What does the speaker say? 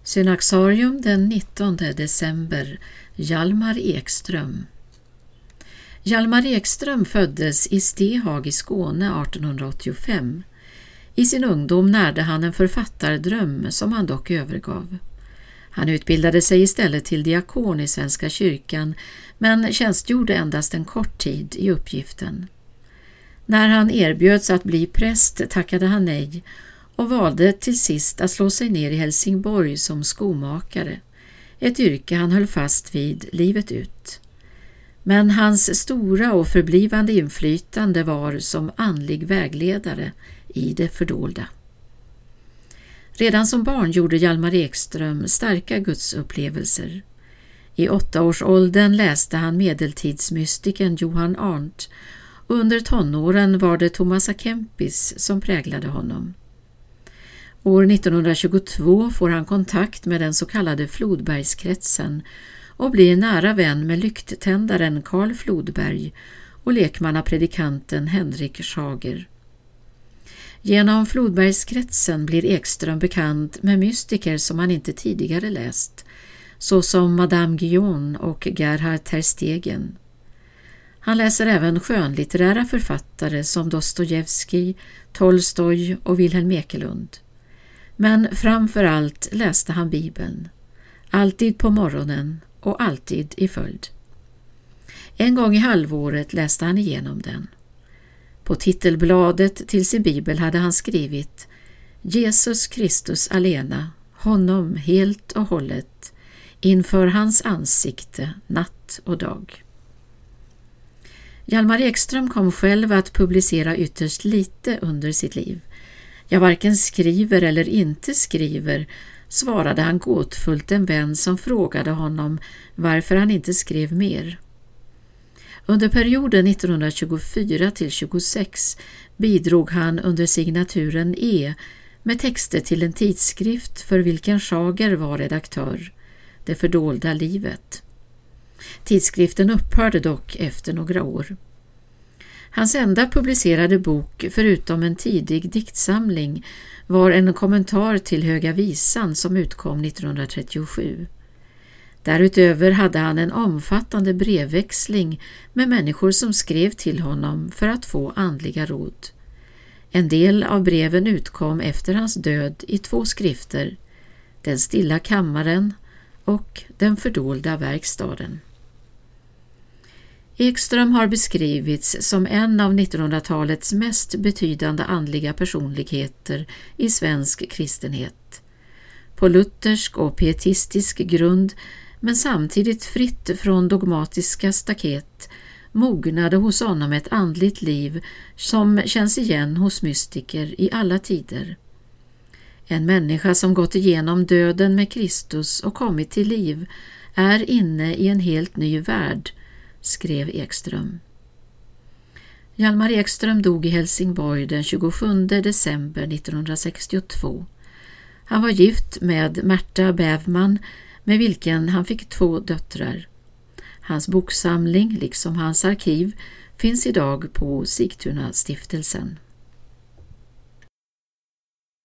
Synaxarium den 19 december. Hjalmar Ekström. Hjalmar Ekström föddes i Stehag i Skåne 1885. I sin ungdom närde han en författardröm som han dock övergav. Han utbildade sig istället till diakon i Svenska kyrkan men tjänstgjorde endast en kort tid i uppgiften. När han erbjöds att bli präst tackade han nej och valde till sist att slå sig ner i Helsingborg som skomakare, ett yrke han höll fast vid livet ut. Men hans stora och förblivande inflytande var som andlig vägledare i det fördolda. Redan som barn gjorde Hjalmar Ekström starka gudsupplevelser. I 8-årsåldern läste han medeltidsmystiken Johann Arndt och under tonåren var det Thomas à Kempis som präglade honom. År 1922 får han kontakt med den så kallade Flodbergskretsen och blir nära vän med lykttändaren Karl Flodberg och lekmannapredikanten Henrik Schager. Genom Flodbergskretsen blir Ekström bekant med mystiker som han inte tidigare läst, såsom Madame Guyon och Gerhard Terstegen. Han läser även skönlitterära författare som Dostojevskij, Tolstoj och Wilhelm Ekelund. Men framför allt läste han Bibeln, alltid på morgonen och alltid i följd. En gång i halvåret läste han igenom den. På titelbladet till sin bibel hade han skrivit Jesus Kristus alena, honom helt och hållet, inför hans ansikte natt och dag. Hjalmar Ekström kom själv att publicera ytterst lite under sitt liv. Jag varken skriver eller inte skriver, svarade han gåtfullt en vän som frågade honom varför han inte skrev mer. Under perioden 1924-26 bidrog han under signaturen E med texter till en tidskrift för vilken Schager var redaktör, Det fördolda livet. Tidskriften upphörde dock efter några år. Hans enda publicerade bok, förutom en tidig diktsamling, var en kommentar till Höga visan som utkom 1937. Därutöver hade han en omfattande brevväxling med människor som skrev till honom för att få andliga råd. En del av breven utkom efter hans död i 2 skrifter, Den stilla kammaren och Den fördolda verkstaden. Ekström har beskrivits som en av 1900-talets mest betydande andliga personligheter i svensk kristenhet. På luthersk och pietistisk grund, men samtidigt fritt från dogmatiska staket, mognade hos honom ett andligt liv som känns igen hos mystiker i alla tider. En människa som gått igenom döden med Kristus och kommit till liv är inne i en helt ny värld, skrev Ekström. Hjalmar Ekström dog i Helsingborg den 27 december 1962. Han var gift med Märta Bävman, med vilken han fick 2 döttrar. Hans boksamling, liksom hans arkiv, finns idag på Sigtuna stiftelsen.